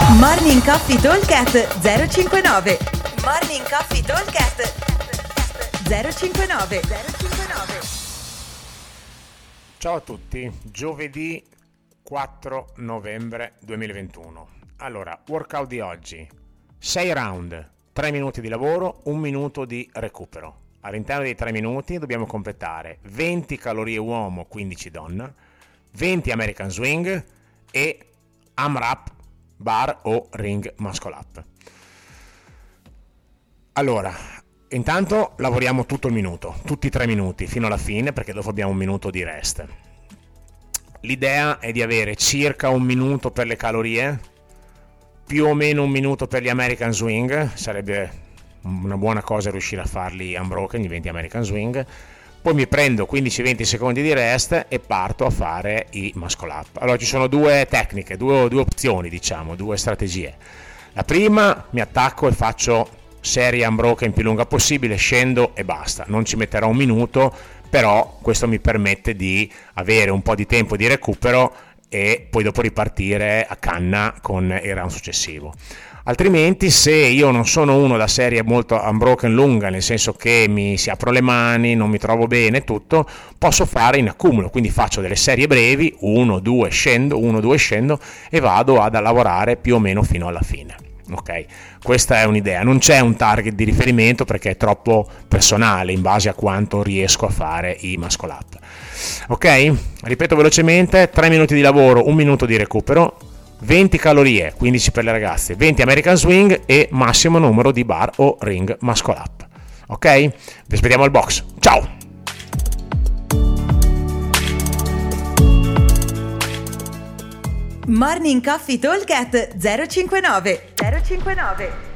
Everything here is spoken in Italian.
Morning Coffee Talkcast 059. Morning Coffee Talkcast 059. Ciao a tutti, giovedì 4 novembre 2021. Allora, workout di oggi: 6 round, 3 minuti di lavoro, 1 minuto di recupero. All'interno dei 3 minuti dobbiamo completare 20 calorie uomo, 15 donna, 20 American Swing e AMRAP, bar o ring muscle up. Allora, intanto lavoriamo tutto il minuto, tutti i 3 minuti fino alla fine, perché dopo abbiamo 1 minuto di rest. L'idea è di avere circa 1 minuto per le calorie, più o meno 1 minuto per gli American Swing. Sarebbe una buona cosa riuscire a farli unbroken, gli 20 American Swing. Poi mi prendo 15-20 secondi di rest e parto a fare i muscle up. Allora ci sono due tecniche, due opzioni, diciamo, due strategie. La prima, mi attacco e faccio serie unbroken più lunga possibile, scendo e basta. Non ci metterò 1 minuto, però questo mi permette di avere un po' di tempo di recupero e poi dopo ripartire a canna con il round successivo. Altrimenti, se io non sono uno da serie molto unbroken lunga, nel senso che mi si apro le mani, non mi trovo bene, tutto, posso fare in accumulo, quindi faccio delle serie brevi, 1-2 scendo, 1-2 scendo e vado ad lavorare più o meno fino alla fine. Ok, questa è un'idea, non c'è un target di riferimento perché è troppo personale in base a quanto riesco a fare i muscle up. Ok, ripeto velocemente: 3 minuti di lavoro, 1 minuto di recupero, 20 calorie, 15 per le ragazze, 20 American Swing e massimo numero di bar o ring muscle up. Ok? Vi aspettiamo al box. Ciao! Morning Coffee Talkcast 059.